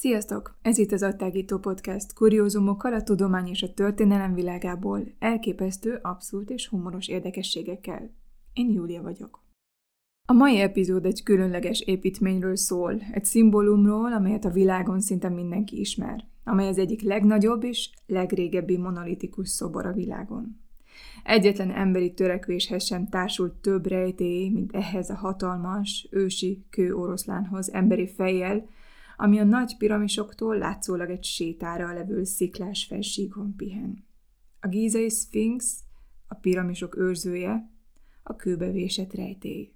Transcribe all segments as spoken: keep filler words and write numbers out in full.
Sziasztok! Ez itt az Agytágító Podcast, kuriózumokkal a tudomány és a történelem világából, elképesztő, abszurd és humoros érdekességekkel. Én Júlia vagyok. A mai epizód egy különleges építményről szól, egy szimbólumról, amelyet a világon szinte mindenki ismer, amely az egyik legnagyobb és legrégebbi monolitikus szobor a világon. Egyetlen emberi törekvéshez sem társult több rejtély, mint ehhez a hatalmas, ősi kőoroszlánhoz emberi fejjel, ami a nagy piramisoktól látszólag egy sétára levő sziklás felsíkon pihen. A gízai szfinx, a piramisok őrzője, a kőbe vésett rejtély.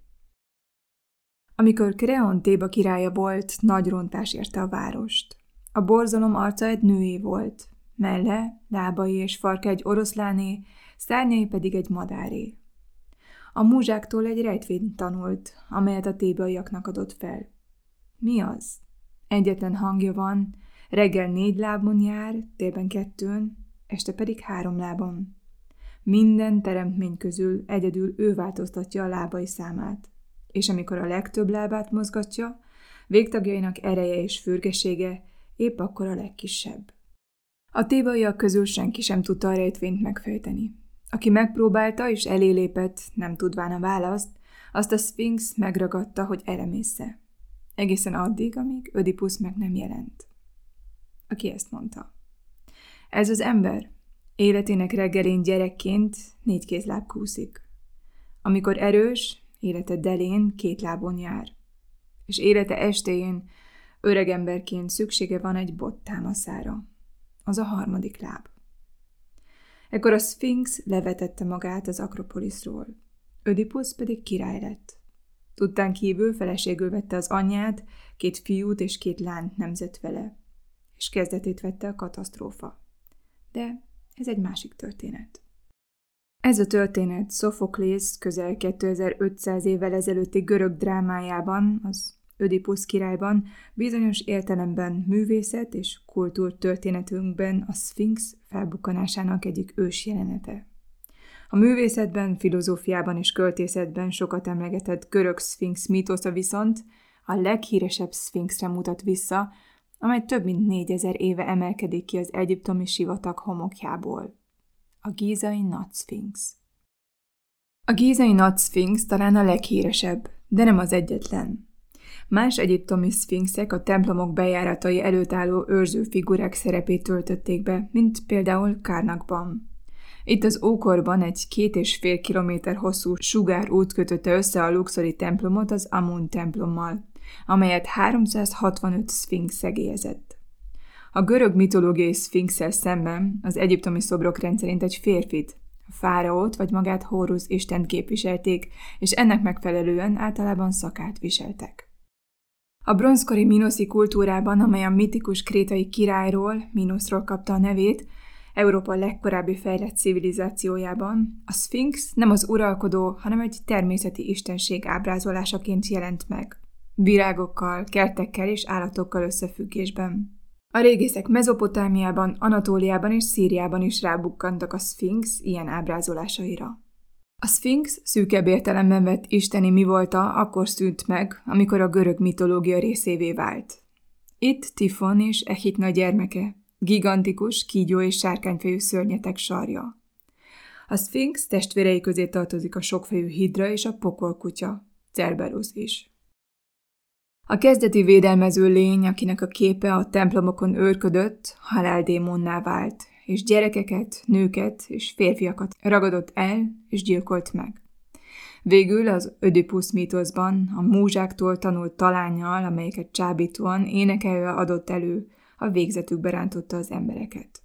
Amikor Kreon Théba királya volt, nagy rontás érte a várost. A borzalom arca egy nőé volt, melle, lábai és farka egy oroszláné, szárnyai pedig egy madáré. A múzsáktól egy rejtvényt tanult, amelyet a thébaiaknak adott fel. Mi az? Egyetlen hangja van, reggel négy lábon jár, délben kettőn, este pedig három lábon. Minden teremtmény közül egyedül ő változtatja a lábai számát, és amikor a legtöbb lábát mozgatja, végtagjainak ereje és fürgesége épp akkor a legkisebb. A thébaiak közül senki sem tudta a rejtvényt megfejteni. Aki megpróbálta és elélépett, nem tudván a választ, azt a szfinx megragadta, hogy elemészze. Egészen addig, amíg Ödipusz meg nem jelent. Aki ezt mondta. Ez az ember életének reggelén gyerekként négy kézláb kúszik. Amikor erős, élete delén két lábon jár. És élete estéjén öregemberként szüksége van egy bot támaszára. Az a harmadik láb. Ekkor a szfinx levetette magát az Akropoliszról. Ödipusz pedig király lett. Tudtán kívül feleségül vette az anyját, két fiút és két lányt nemzett vele, és kezdetét vette a katasztrófa. De ez egy másik történet. Ez a történet Szophoklész közel kétezer-ötszáz évvel ezelőtti görög drámájában, az Ödipusz királyban bizonyos értelemben művészet és kultúrtörténetünkben a szfinx felbukkanásának egyik ős jelenete. A művészetben, filozófiában és költészetben sokat emlegetett görög szfinx mítosza viszont a leghíresebb szfinxre mutat vissza, amely több mint négyezer éve emelkedik ki az egyiptomi sivatag homokjából. A gízai nagy szfinx. A gízai nagy szfinx talán a leghíresebb, de nem az egyetlen. Más egyiptomi szfinxek a templomok bejáratai előtt álló őrző figurák szerepét töltötték be, mint például Karnakban. Itt az ókorban egy két és fél kilométer hosszú sugárút kötötte össze a luxori templomot az Amun templommal, amelyet háromszázhatvanöt szfinx szegélyezett. A görög mitológiai szfinxszel szemben az egyiptomi szobrok rendszerint egy férfit, a fáraót vagy magát Hórusz istent képviselték, és ennek megfelelően általában szakát viseltek. A bronzkori minoszi kultúrában, amely a mitikus krétai királyról, Minoszról kapta a nevét, Európa legkorábbi fejlett civilizációjában a szfinx nem az uralkodó, hanem egy természeti istenség ábrázolásaként jelent meg. Virágokkal, kertekkel és állatokkal összefüggésben. A régészek Mezopotámiában, Anatóliában és Szíriában is rábukkantak a szfinx ilyen ábrázolásaira. A szfinx szűkebb értelemben vett isteni mivolta akkor szűnt meg, amikor a görög mitológia részévé vált. Itt Tifon és Echidna gyermeke, gigantikus, kígyó és sárkányfejű szörnyetek sarja. A szfinx testvérei közé tartozik a sokfejű hidra és a pokolkutya, Cerberus is. A kezdeti védelmező lény, akinek a képe a templomokon őrködött, haláldémonná vált, és gyerekeket, nőket és férfiakat ragadott el és gyilkolt meg. Végül az Ödipusz mítoszban a múzsáktól tanult talánnyal, amelyeket csábítóan énekelve adott elő, a végzetükbe rántotta az embereket.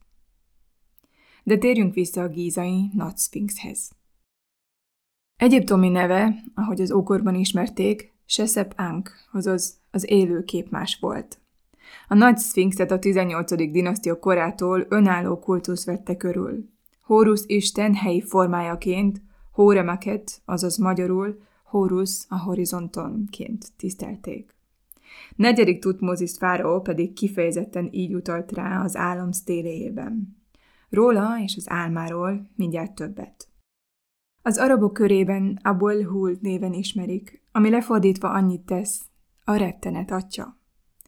De térjünk vissza a gízai nagy szfinxhez. Egyiptomi neve, ahogy az ókorban ismerték, Sesep-Ankh, azaz az élő képmás volt. A nagy szfinxet a tizennyolcadik dinasztia korától önálló kultusz vette körül. Hórusz isten helyi formájaként, Hóremeket, azaz magyarul Hórusz a horizontonként tisztelték. Negyedik Tutmozis fáraó pedig kifejezetten így utalt rá az álom sztéléjében. Róla és az álmáról mindjárt többet. Az arabok körében Abu'l-Hul néven ismerik, ami lefordítva annyit tesz, a rettenet atya.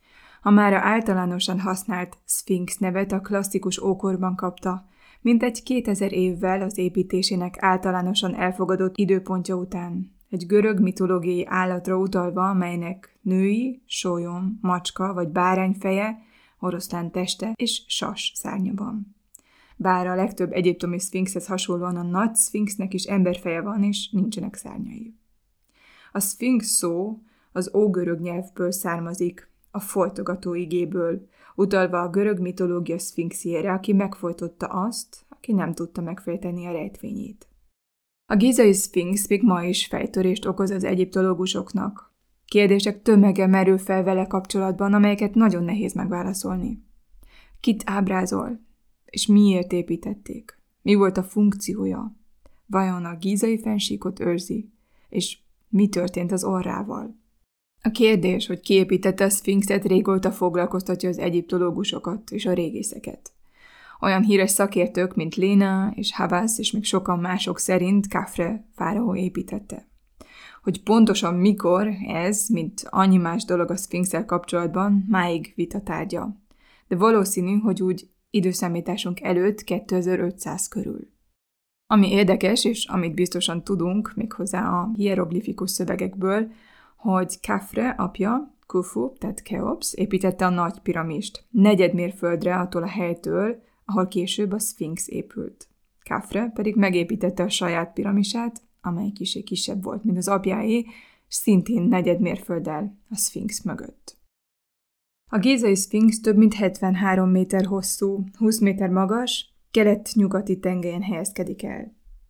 A mára általánosan használt Szfinx nevet a klasszikus ókorban kapta, mintegy kétezer évvel az építésének általánosan elfogadott időpontja után, egy görög mitológiai állatra utalva, melynek női, sólyom, macska vagy bárány feje, oroszlán teste és sas szárnya van. Bár a legtöbb egyiptomi szfinxhez hasonlóan a nagy szfinxnek is emberfeje van, és nincsenek szárnyai. A szfinx szó az ógörög nyelvből származik, a folytogató igéből, utalva a görög mitológia szfinxjére, aki megfojtotta azt, aki nem tudta megfejteni a rejtvényét. A gízai szfinx még ma is fejtörést okoz az egyiptológusoknak. Kérdések tömege merül fel vele kapcsolatban, amelyeket nagyon nehéz megválaszolni. Kit ábrázol? És miért építették? Mi volt a funkciója? Vajon a gízai fennsíkot őrzi? És mi történt az orrával? A kérdés, hogy ki építette a szfinxet, régóta foglalkoztatja az egyiptológusokat és a régészeket. Olyan híres szakértők, mint Léna és Havas és még sokan mások szerint Khafre fáraó építette. Hogy pontosan mikor ez, mint annyi más dolog a szfinxszel kapcsolatban, máig vita tárgya. De valószínű, hogy úgy időszámításunk előtt kétezer-ötszáz körül. Ami érdekes, és amit biztosan tudunk, méghozzá a hieroglifikus szövegekből, hogy Khafre apja, Khufu, tehát Keops, építette a nagy piramist, negyedmérföldre attól a helytől, ahol később a szfinx épült. Khafre pedig megépítette a saját piramisát, amely kissé kisebb volt, mint az apjáé, és szintén negyedmérfölddel a szfinx mögött. A gízai szfinx több mint hetvenhárom méter hosszú, húsz méter magas, kelet-nyugati tengelyen helyezkedik el.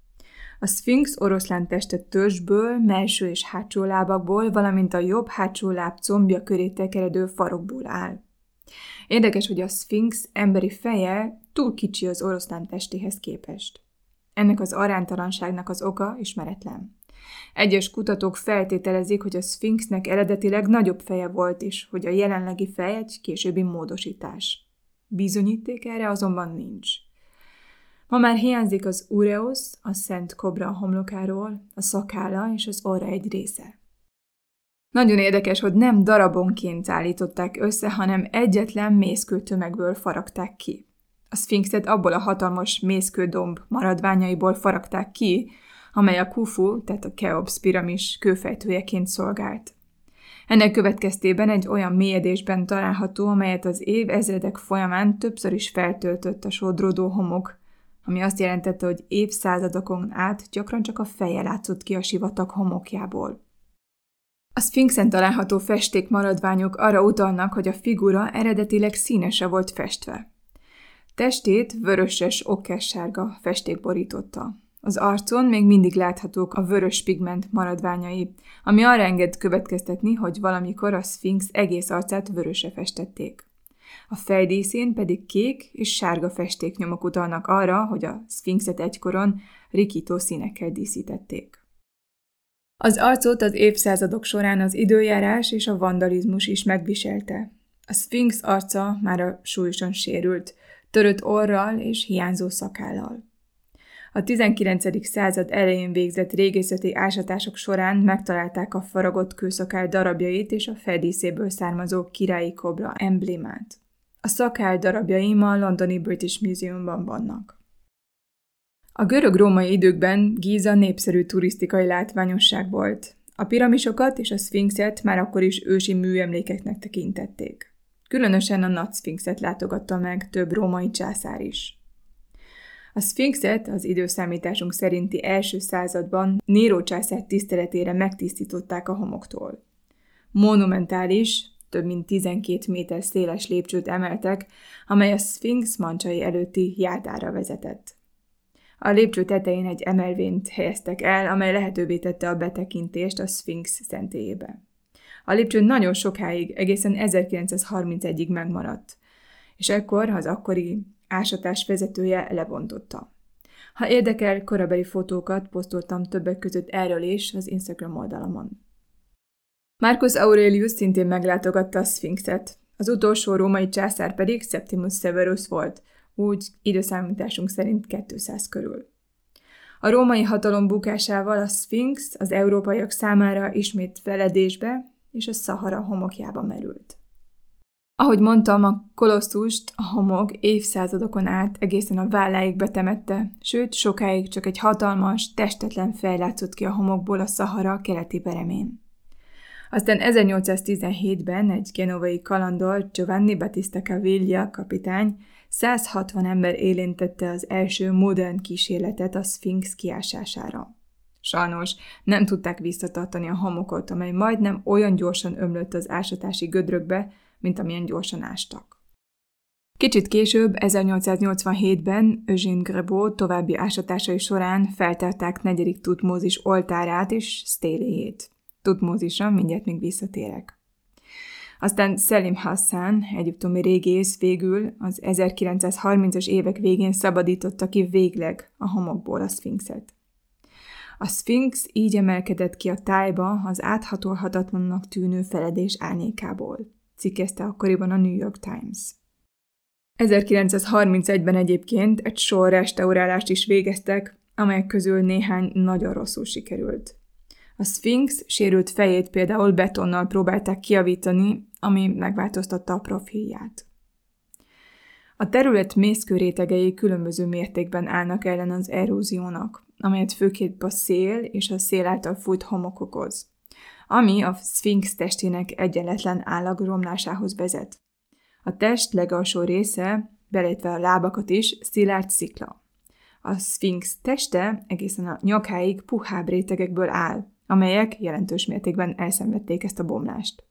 A szfinx oroszlán testet törzsből, melső és hátsó lábakból, valamint a jobb hátsó láb combja köré tekeredő farokból áll. Érdekes, hogy a szfinx emberi feje túl kicsi az oroszlán testéhez képest. Ennek az aránytalanságnak az oka ismeretlen. Egyes kutatók feltételezik, hogy a szfinxnek eredetileg nagyobb feje volt is, hogy a jelenlegi fej egy későbbi módosítás. Bizonyíték erre azonban nincs. Ma már hiányzik az ureus, a szent kobra a homlokáról, a szakálla és az orra egy része. Nagyon érdekes, hogy nem darabonként állították össze, hanem egyetlen mészkőtömegből faragták ki. A szfinxet abból a hatalmas mészkődomb maradványaiból faragták ki, amely a Khufu, tehát a Keops piramis kőfejtőjeként szolgált. Ennek következtében egy olyan mélyedésben található, amelyet az év ezredek folyamán többször is feltöltött a sodródó homok, ami azt jelentette, hogy évszázadokon át gyakran csak a feje látszott ki a sivatag homokjából. A szfinxen található festék maradványok arra utalnak, hogy a figura eredetileg színese volt festve. Testét vöröses, okkássárga festék borította. Az arcon még mindig láthatók a vörös pigment maradványai, ami arra enged következtetni, hogy valamikor a szfinx egész arcát vörösre festették. A fejdíszén pedig kék és sárga festéknyomok utalnak arra, hogy a szfinxet egykoron rikító színekkel díszítették. Az arcot az évszázadok során az időjárás és a vandalizmus is megviselte. A szfinx arca már súlyosan sérült, törött orral és hiányzó szakállal. A tizenkilencedik század elején végzett régészeti ásatások során megtalálták a faragott kőszakál darabjait és a fejdíszéből származó királyi kobra emblémát. A szakáll darabjai ma a londoni British Museumban vannak. A görög-római időkben Gíza népszerű turisztikai látványosság volt. A piramisokat és a szfinxet már akkor is ősi műemlékeknek tekintették. Különösen a nagy szfinxet látogatta meg több római császár is. A szfinxet az időszámításunk szerinti első században Néró császár tiszteletére megtisztították a homoktól. Monumentális, több mint tizenkét méter széles lépcsőt emeltek, amely a szfinx mancsai előtti járdára vezetett. A lépcső tetején egy emelvényt helyeztek el, amely lehetővé tette a betekintést a szfinx szentélyébe. A lépcső nagyon sokáig, egészen ezerkilencszázharmincegyig megmaradt, és ekkor az akkori ásatás vezetője lebontotta. Ha érdekel, korabeli fotókat posztoltam többek között erről is az Instagram oldalamon. Marcus Aurelius szintén meglátogatta a szfinxet, az utolsó római császár pedig Septimus Severus volt, úgy időszámításunk szerint kétszáz körül. A római hatalom bukásával a szfinx az európaiak számára ismét feledésbe és a Szahara homokjába merült. Ahogy mondtam, a kolosszust a homok évszázadokon át egészen a válláig betemette, sőt, sokáig csak egy hatalmas, testetlen fej látszott ki a homokból a Szahara keleti peremén. Aztán ezernyolcszáztizenhétben egy genovai kalandor, Giovanni Battista Caviglia kapitány százhatvan ember élén tette az első modern kísérletet a szfinx kiásására. Sajnos nem tudták visszatartani a homokot, amely majdnem olyan gyorsan ömlött az ásatási gödrökbe, mint amilyen gyorsan ástak. Kicsit később, ezernyolcszáznyolcvanhétben Eugène Grabeau további ásatásai során feltárták negyedik Tutmózis oltárát és sztéléjét. Tutmózisra mindjárt még visszatérek. Aztán Selim Hassan, egyiptomi régész végül az ezerkilencszázharmincas évek végén szabadította ki végleg a homokból a szfinxet. A szfinx így emelkedett ki a tájba az áthatolhatatlannak tűnő feledés árnyékából, cikkezte akkoriban a New York Times. ezerkilencszázharmincegyben egyébként egy sor restaurálást is végeztek, amelyek közül néhány nagyon rosszul sikerült. A szfinx sérült fejét például betonnal próbálták kijavítani, ami megváltoztatta a profilját. A terület mészkő rétegei különböző mértékben állnak ellen az eróziónak, amelyet főképp a szél és a szél által fújt homok okoz, ami a szfinx testének egyenletlen állagromlásához vezet. A test legalsó része, beleértve a lábakat is, szilárd szikla. A szfinx teste egészen a nyakáig puhább rétegekből áll, amelyek jelentős mértékben elszenvedték ezt a bomlást.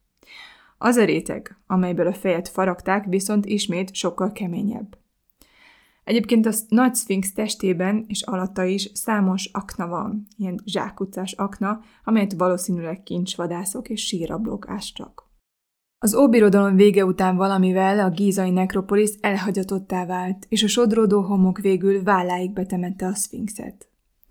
Az a réteg, amelyből a fejet faragták, viszont ismét sokkal keményebb. Egyébként a nagy szfinx testében és alatta is számos akna van, ilyen zsákutcás akna, amelyet valószínűleg kincsvadászok és sírrablók ástak. Az Óbirodalom vége után valamivel a gízai nekropolisz elhagyatottá vált, és a sodródó homok végül válláig betemette a szfinxet.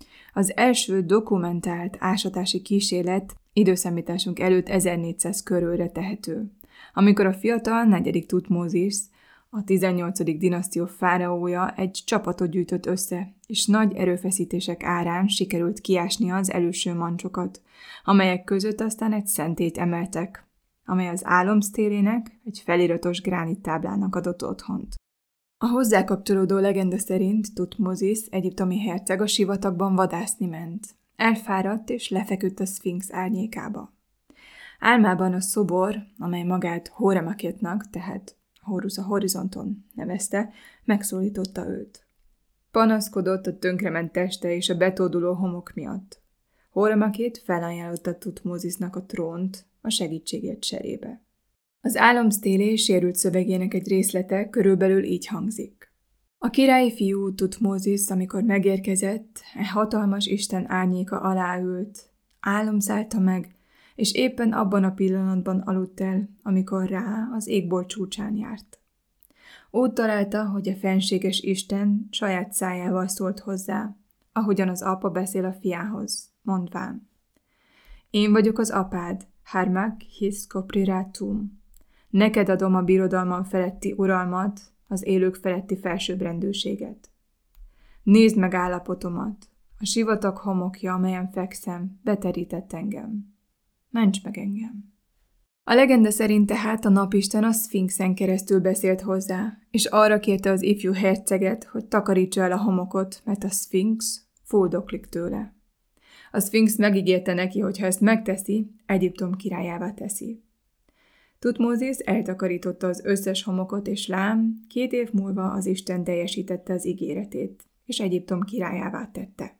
Az első dokumentált ásatási kísérlet időszámításunk előtt ezernégyszáz körülre tehető, amikor a fiatal negyedik Tutmózis, a tizennyolcadik dinasztia fáraója egy csapatot gyűjtött össze, és nagy erőfeszítések árán sikerült kiásnia az előső mancsokat, amelyek között aztán egy szentét emeltek, amely az álomsztélének, egy feliratos gránittáblának adott otthont. A hozzá kapcsolódó legenda szerint Tutmózis, egyiptomi herceg a sivatagban vadászni ment. Elfáradt és lefeküdt a szfinx árnyékába. Álmában a szobor, amely magát Hóremaketnak, tehát Horus a horizonton nevezte, megszólította őt. Panaszkodott a tönkrement teste és a betóduló homok miatt. Hóremakét felajánlotta Tutmózisnak a trónt a segítségért cserébe. Az álomsztélé sérült szövegének egy részlete körülbelül így hangzik. A királyi fiú Tutmózis, amikor megérkezett, e hatalmas Isten árnyéka alá ült, álom szállta meg, és éppen abban a pillanatban aludt el, amikor rá az égbolt csúcsán járt. Úgy találta, hogy a fenséges Isten saját szájával szólt hozzá, ahogyan az apa beszél a fiához, mondván: Én vagyok az apád, Harmak his kopriratum. Neked adom a birodalmam feletti uralmat, az élők feletti felsőbbrendűséget. Nézd meg állapotomat, a sivatag homokja, amelyen fekszem, beterített engem. Ments meg engem. A legenda szerint tehát a napisten a szfinxen keresztül beszélt hozzá, és arra kérte az ifjú herceget, hogy takarítsa el a homokot, mert a szfinx fuldoklik tőle. A szfinx megígérte neki, hogy ha ezt megteszi, Egyiptom királyává teszi. Tutmózis eltakarította az összes homokot, és lám, két év múlva az Isten teljesítette az ígéretét, és Egyiptom királyává tette.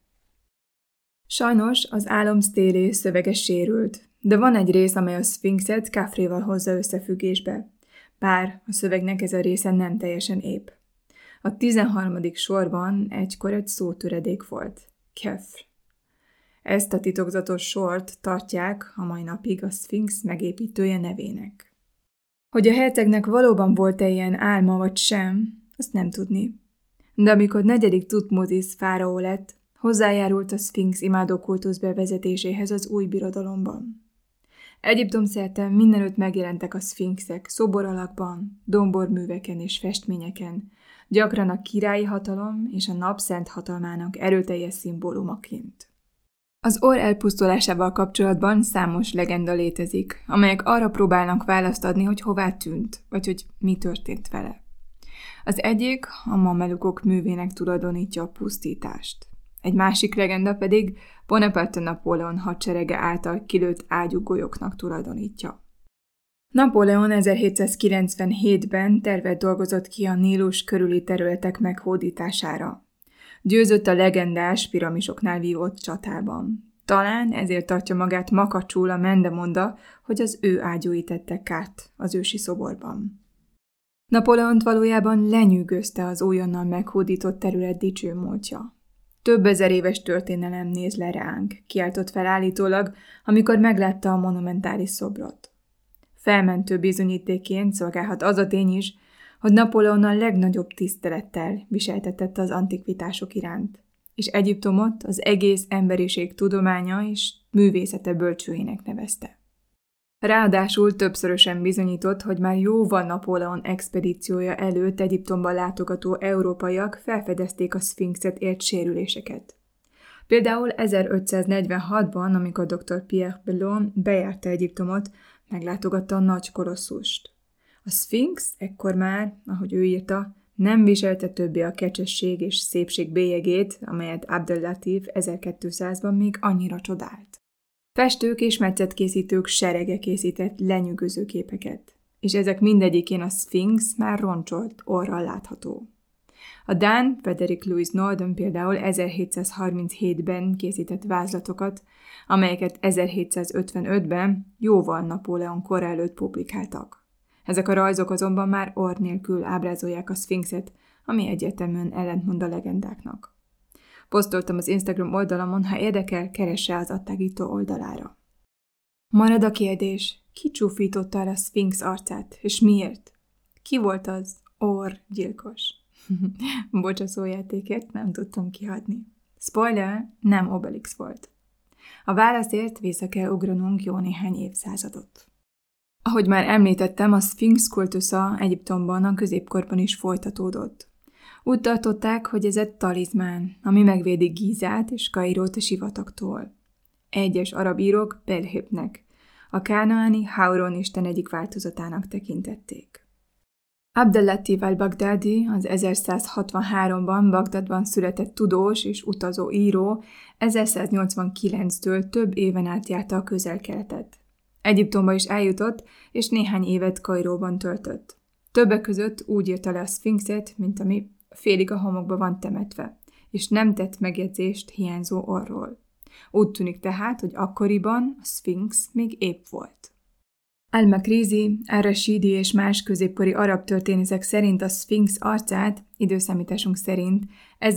Sajnos az álomsztélé szövege sérült, de van egy rész, amely a szfinxet Khafréval hozza összefüggésbe, bár a szövegnek ez a része nem teljesen épp. A tizenharmadik sorban egykor egy szótöredék volt, Khafr. Ezt a titokzatos sort tartják a mai napig a szfinx megépítője nevének. Hogy a hercegnek valóban volt-e ilyen álma vagy sem, azt nem tudni. De amikor negyedik Tutmózis fáraó lett, hozzájárult a szfinx imádókultusz bevezetéséhez az új birodalomban. Egyiptom szerte mindenütt megjelentek a szfinxek szobor alakban, domborműveken és festményeken, gyakran a királyi hatalom és a nap szent hatalmának erőteljes szimbólumaként. Az orr elpusztulásával kapcsolatban számos legenda létezik, amelyek arra próbálnak választ adni, hogy hová tűnt, vagy hogy mi történt vele. Az egyik a mamelukok művének tulajdonítja a pusztítást. Egy másik legenda pedig Bonaparte Napóleon hadserege által kilőtt ágyúgolyóknak tulajdonítja. Napóleon ezerhétszázkilencvenhétben tervet dolgozott ki a Nílus körüli területek meghódítására. Győzött a legendás piramisoknál vívott csatában. Talán ezért tartja magát makacsul a mendemonda, hogy az ő ágyúi tettek kárt az ősi szoborban. Napóleont valójában lenyűgözte az újonnan meghódított terület dicső múltja. Több ezer éves történelem néz le ránk, kiáltott fel állítólag, amikor meglátta a monumentális szobrot. Felmentő bizonyítékként szolgálhat az a tény is, hogy Napóleon a legnagyobb tisztelettel viseltetett az antikvitások iránt, és Egyiptomot az egész emberiség tudománya és művészete bölcsőjének nevezte. Ráadásul többszörösen bizonyított, hogy már jóval Napóleon expedíciója előtt Egyiptomba látogató európaiak felfedezték a szfinxet ért sérüléseket. Például ezerötszáznegyvenhatban, amikor dr. Pierre Bellon bejárta Egyiptomot, meglátogatta a nagy kolosszust. A szfinx ekkor már, ahogy ő írta, nem viselte többé a kecsesség és szépség bélyegét, amelyet Abdel-Latif ezerkétszázban még annyira csodált. Festők és metszetkészítők serege készített lenyűgöző képeket, és ezek mindegyikén a szfinx már roncsolt orral látható. A dán Frederick Louis Norden például ezerhétszázharminchétben készített vázlatokat, amelyeket ezerhétszázötvenötben jóval Napóleon kora előtt publikáltak. Ezek a rajzok azonban már orr nélkül ábrázolják a szfinxet, ami egyértelműen ellentmond a legendáknak. Posztoltam az Instagram oldalamon, ha érdekel, keresse az adtágító oldalára. Marad a kérdés, ki csúfította el a szfinx arcát, és miért? Ki volt az orrgyilkos? Bocs a szójátékért, nem tudtam kihagyni. Spoiler, nem Obelix volt. A válaszért vissza kell ugranunk jó néhány évszázadot. Ahogy már említettem, a szfinx kultusza Egyiptomban a középkorban is folytatódott. Úgy tartották, hogy ez egy talizmán, ami megvédi Gízát és Kairót a sivatagtól. Egyes arab írók Belhépnek, a kánaáni Hauron isten egyik változatának tekintették. Abdel-Latif al-Baghdadi, az ezerszázhatvanháromban Bagdadban született tudós és utazó író, ezerszáznyolcvankilenctől több éven át járta a közel-keletet. Egyiptomba is eljutott, és néhány évet Kairóban töltött. Többek között úgy írta le a szfinxet, mint ami félig a homokba van temetve, és nem tett megjegyzést hiányzó orról. Úgy tűnik tehát, hogy akkoriban a szfinx még épp volt. Al-Makrizi, Ar-Rashidi és más középkori arab történészek szerint a szfinx arcát, időszámításunk szerint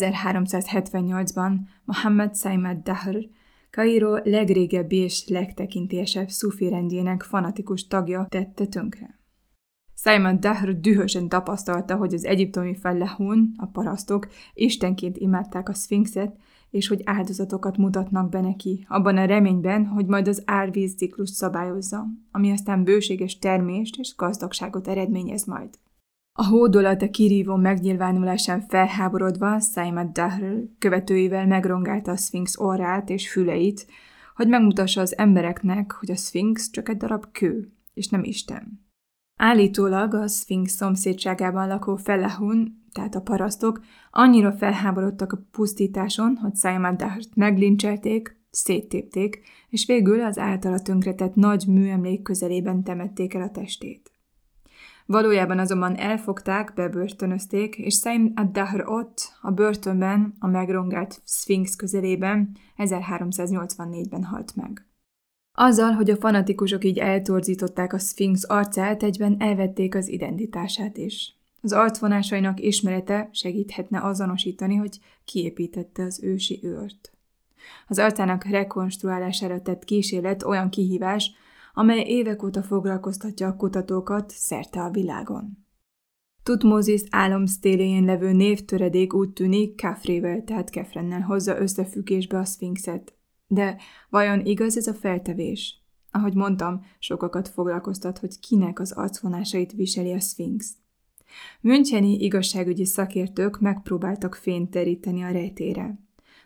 ezerháromszázhetvennyolcban Mohammed Saimad Dahr, Kairó legrégebbi és legtekintélyesebb szufi rendjének fanatikus tagja tette tönkre. Saimad Dahr dühösen tapasztalta, hogy az egyiptomi fellahun, a parasztok, istenként imádták a szfinxet, és hogy áldozatokat mutatnak be neki, abban a reményben, hogy majd az árvízciklust szabályozza, ami aztán bőséges termést és gazdagságot eredményez majd. A hódolat a kirívó megnyilvánulásán felháborodva Saimad Dahr követőivel megrongálta a szfinx orrát és füleit, hogy megmutassa az embereknek, hogy a szfinx csak egy darab kő, és nem Isten. Állítólag a szfinx szomszédságában lakó fellahun, tehát a parasztok, annyira felháborodtak a pusztításon, hogy Saimad Dahrt meglincselték, széttépték, és végül az általa tönkretett nagy műemlék közelében temették el a testét. Valójában azonban elfogták, bebörtönözték, és Saimad Dahr ott, a börtönben, a megrongált szfinx közelében ezerháromszáznyolcvannégyben halt meg. Azzal, hogy a fanatikusok így eltorzították a szfinx arcát, egyben elvették az identitását is. Az arcvonásainak ismerete segíthetne azonosítani, hogy ki építette az ősi őrt. Az arcának rekonstruálására tett kísérlet olyan kihívás, amely évek óta foglalkoztatja a kutatókat szerte a világon. Tutmózis álomsztéléjén levő névtöredék úgy tűnik Kafrével, tehát Kefrennel hozza összefüggésbe a szfinxet. De vajon igaz ez a feltevés? Ahogy mondtam, sokakat foglalkoztat, hogy kinek az arcvonásait viseli a szfinx. Müncheni igazságügyi szakértők megpróbáltak fényt teríteni a rejtére.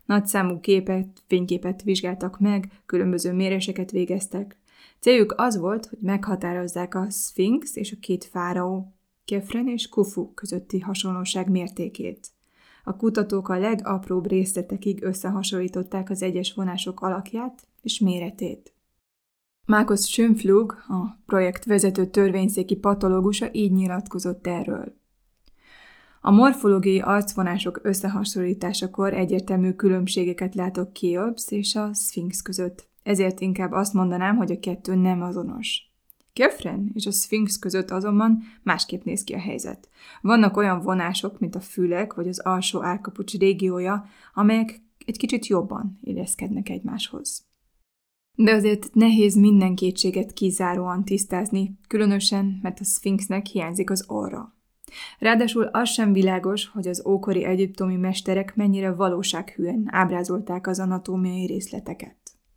Nagyszámú képet, fényképet vizsgáltak meg, különböző méréseket végeztek. Céljuk az volt, hogy meghatározzák a szfinx és a két fáraó, Khephren és Khufu közötti hasonlóság mértékét. A kutatók a legapróbb részletekig összehasonlították az egyes vonások alakját és méretét. Markus Schönpflug, a projekt vezető törvényszéki patológusa így nyilatkozott erről. A morfológiai arcvonások összehasonlításakor egyértelmű különbségeket látok Cheops és a szfinx között, ezért inkább azt mondanám, hogy a kettő nem azonos. Khephren és a szfinx között azonban másképp néz ki a helyzet. Vannak olyan vonások, mint a fülek vagy az alsó állkapucs régiója, amelyek egy kicsit jobban illeszkednek egymáshoz. De azért nehéz minden kétséget kizáróan tisztázni, különösen, mert a szfinxnek hiányzik az orra. Ráadásul az sem világos, hogy az ókori egyiptomi mesterek mennyire valósághűen ábrázolták az anatómiai részleteket.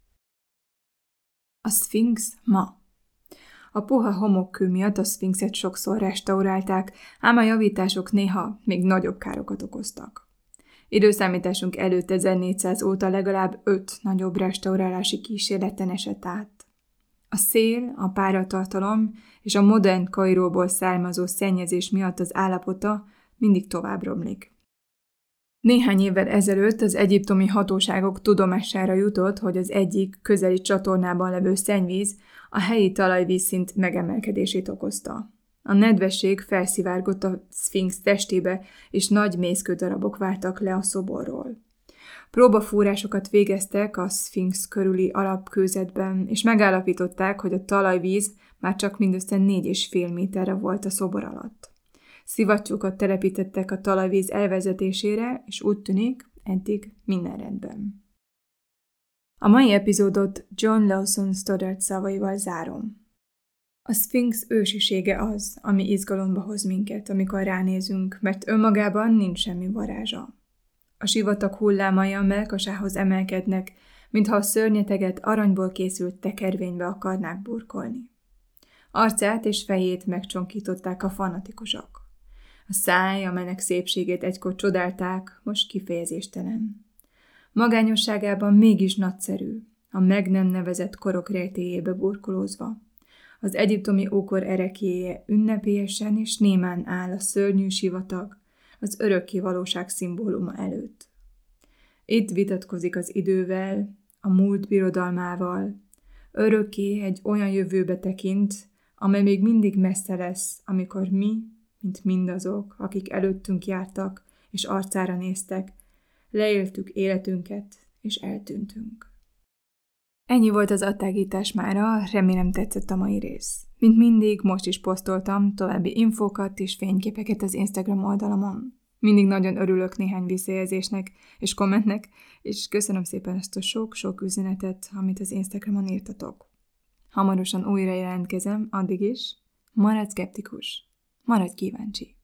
A szfinx ma. A puha homokkő miatt a szfinxet sokszor restaurálták, ám a javítások néha még nagyobb károkat okoztak. Időszámításunk előtt ezernégyszáz óta legalább öt nagyobb restaurálási kísérleten esett át. A szél, a páratartalom és a modern Kairóból származó szennyezés miatt az állapota mindig tovább romlik. Néhány évvel ezelőtt az egyiptomi hatóságok tudomására jutott, hogy az egyik közeli csatornában levő szennyvíz a helyi talajvízszint megemelkedését okozta. A nedvesség felszivárgott a szfinx testébe, és nagy mészkődarabok vártak le a szoborról. Próbafúrásokat végeztek a szfinx körüli alapkőzetben, és megállapították, hogy a talajvíz már csak mindössze négy és fél méterre volt a szobor alatt. Szivattyúkat telepítettek a talajvíz elvezetésére, és úgy tűnik, eddig minden rendben. A mai epizódot John Lawson Stoddard szavaival zárom. A szfinx ősisége az, ami izgalomba hoz minket, amikor ránézünk, mert önmagában nincs semmi varázsa. A sivatag hullámai a mellkasához emelkednek, mintha a szörnyeteget aranyból készült tekervénybe akarnák burkolni. Arcát és fejét megcsonkították a fanatikusok. A száj, amelynek szépségét egykor csodálták, most kifejezéstelen. Magányosságában mégis nagyszerű, a meg nem nevezett korok rejtélyébe burkolózva. Az egyiptomi ókor ereklyéje ünnepélyesen és némán áll a szörnyű sivatag, az örökké valóság szimbóluma előtt. Itt vitatkozik az idővel, a múlt birodalmával, örökké egy olyan jövőbe tekint, amely még mindig messze lesz, amikor mi, mint mindazok, akik előttünk jártak és arcára néztek, leéltük életünket és eltűntünk. Ennyi volt az adtágítás mára, remélem tetszett a mai rész. Mint mindig, most is posztoltam további infókat és fényképeket az Instagram oldalamon. Mindig nagyon örülök néhány visszajelzésnek és kommentnek, és köszönöm szépen ezt a sok-sok üzenetet, amit az Instagramon írtatok. Hamarosan újra jelentkezem, addig is maradj szkeptikus, maradj kíváncsi!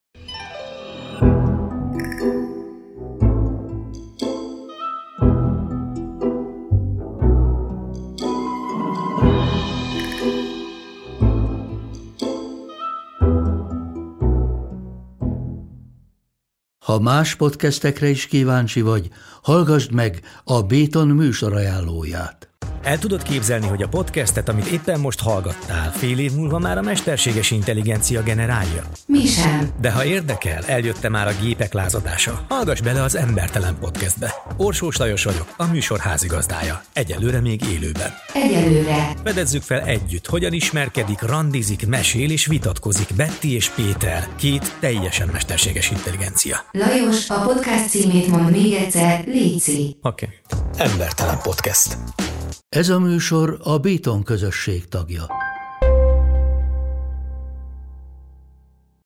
Ha más podcastekre is kíváncsi vagy, hallgassd meg a Béton műsor ajánlóját. El tudod képzelni, hogy a podcastet, amit éppen most hallgattál, fél év múlva már a mesterséges intelligencia generálja? Mi sem. De ha érdekel, eljött már a gépek lázadása. Hallgass bele az Embertelen Podcastbe. Orsós Lajos vagyok, a műsor házigazdája. Egyelőre még élőben. Egyelőre. Fedezzük fel együtt, hogyan ismerkedik, randizik, mesél és vitatkozik Betty és Péter, két teljesen mesterséges intelligencia. Lajos, a podcast címét mond még egyszer, léci. Oké. Okay. Embertelen Podcast. Ez a műsor a Béton közösség tagja.